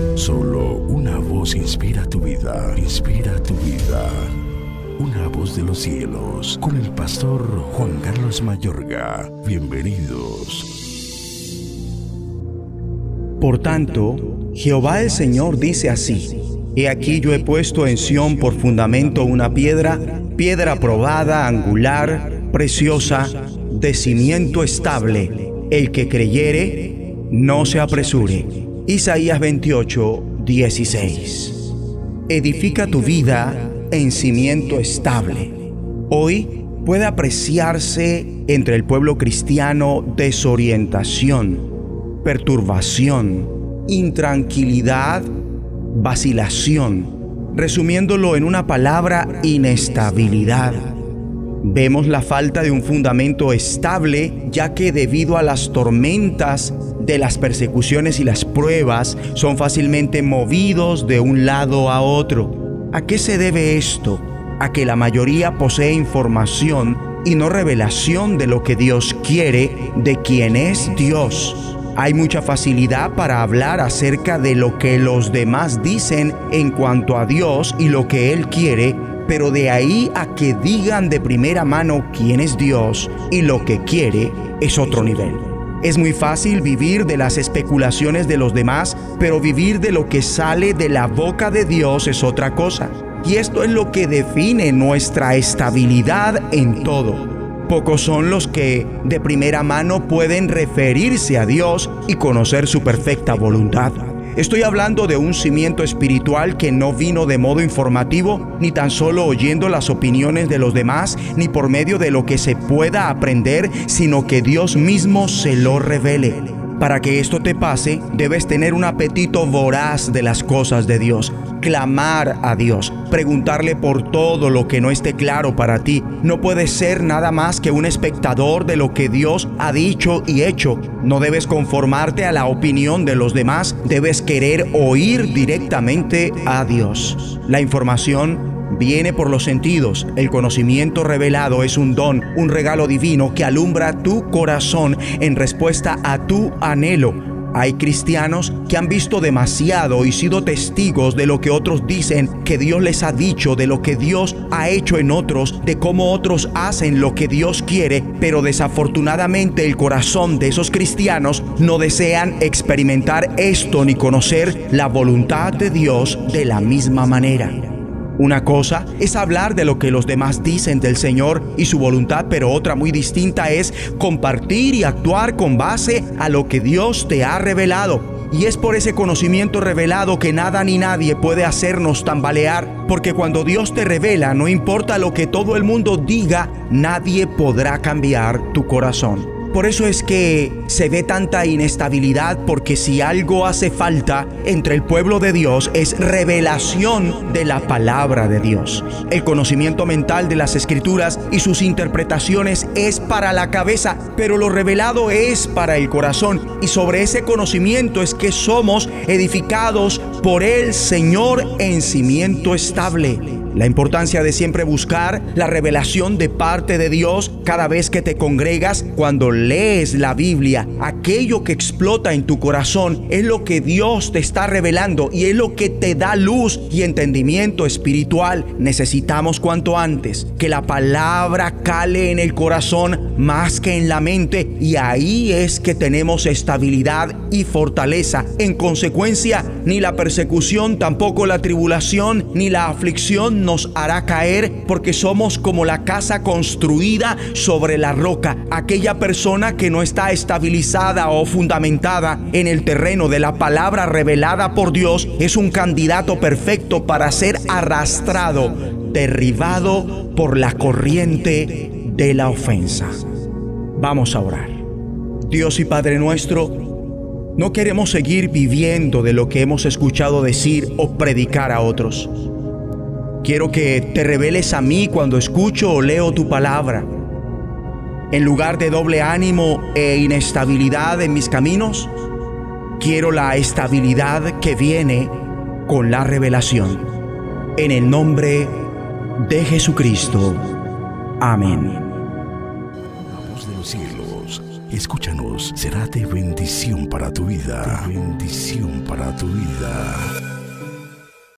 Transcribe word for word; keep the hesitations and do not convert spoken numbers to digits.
Solo una voz inspira tu vida, inspira tu vida. Una voz de los cielos, con el pastor Juan Carlos Mayorga. Bienvenidos. Por tanto, Jehová el Señor dice así: He aquí yo he puesto en Sión por fundamento una piedra, piedra probada, angular, preciosa, de cimiento estable. El que creyere, no se apresure. Isaías veintiocho, dieciséis. Edifica tu vida en cimiento estable. Hoy puede apreciarse entre el pueblo cristiano desorientación, perturbación, intranquilidad, vacilación. Resumiéndolo en una palabra, inestabilidad. Vemos la falta de un fundamento estable, ya que debido a las tormentas de las persecuciones y las pruebas, son fácilmente movidos de un lado a otro. ¿A qué se debe esto? A que la mayoría posee información y no revelación de lo que Dios quiere, de quién es Dios. Hay mucha facilidad para hablar acerca de lo que los demás dicen en cuanto a Dios y lo que Él quiere, pero de ahí a que digan de primera mano quién es Dios y lo que quiere es otro nivel. Es muy fácil vivir de las especulaciones de los demás, pero vivir de lo que sale de la boca de Dios es otra cosa. Y esto es lo que define nuestra estabilidad en todo. Pocos son los que de primera mano pueden referirse a Dios y conocer su perfecta voluntad. Estoy hablando de un cimiento espiritual que no vino de modo informativo, ni tan solo oyendo las opiniones de los demás, ni por medio de lo que se pueda aprender, sino que Dios mismo se lo revele. Para que esto te pase, debes tener un apetito voraz de las cosas de Dios, clamar a Dios, preguntarle por todo lo que no esté claro para ti. No puedes ser nada más que un espectador de lo que Dios ha dicho y hecho. No debes conformarte a la opinión de los demás, debes querer oír directamente a Dios. La información viene por los sentidos. El conocimiento revelado es un don, un regalo divino que alumbra tu corazón en respuesta a tu anhelo. Hay cristianos que han visto demasiado y sido testigos de lo que otros dicen que Dios les ha dicho, de lo que Dios ha hecho en otros, de cómo otros hacen lo que Dios quiere, pero desafortunadamente el corazón de esos cristianos no desean experimentar esto ni conocer la voluntad de Dios de la misma manera. Una cosa es hablar de lo que los demás dicen del Señor y su voluntad, pero otra muy distinta es compartir y actuar con base a lo que Dios te ha revelado. Y es por ese conocimiento revelado que nada ni nadie puede hacernos tambalear, porque cuando Dios te revela, no importa lo que todo el mundo diga, nadie podrá cambiar tu corazón. Por eso es que se ve tanta inestabilidad, porque si algo hace falta entre el pueblo de Dios es revelación de la palabra de Dios. El conocimiento mental de las Escrituras y sus interpretaciones es para la cabeza, pero lo revelado es para el corazón. Y sobre ese conocimiento es que somos edificados por el Señor en cimiento estable. La importancia de siempre buscar la revelación de parte de Dios cada vez que te congregas, cuando lees la Biblia. Aquello que explota en tu corazón es lo que Dios te está revelando y es lo que te da luz y entendimiento espiritual. Necesitamos cuanto antes que la palabra cale en el corazón más que en la mente, y ahí es que tenemos estabilidad y fortaleza. En consecuencia, ni la persecución, tampoco la tribulación, ni la aflicción nos hará caer, porque somos como la casa construida sobre la roca. Aquella persona que no está estabilizada o fundamentada en el terreno de la palabra revelada por Dios es un candidato perfecto para ser arrastrado, derribado por la corriente de la ofensa. Vamos a orar. Dios y Padre nuestro, no queremos seguir viviendo de lo que hemos escuchado decir o predicar a otros. Quiero que te reveles a mí cuando escucho o leo tu palabra. En lugar de doble ánimo e inestabilidad en mis caminos, quiero la estabilidad que viene con la revelación. En el nombre de Jesucristo. Amén. La voz de los cielos, Escúchanos, será de bendición para tu vida. De bendición para tu vida.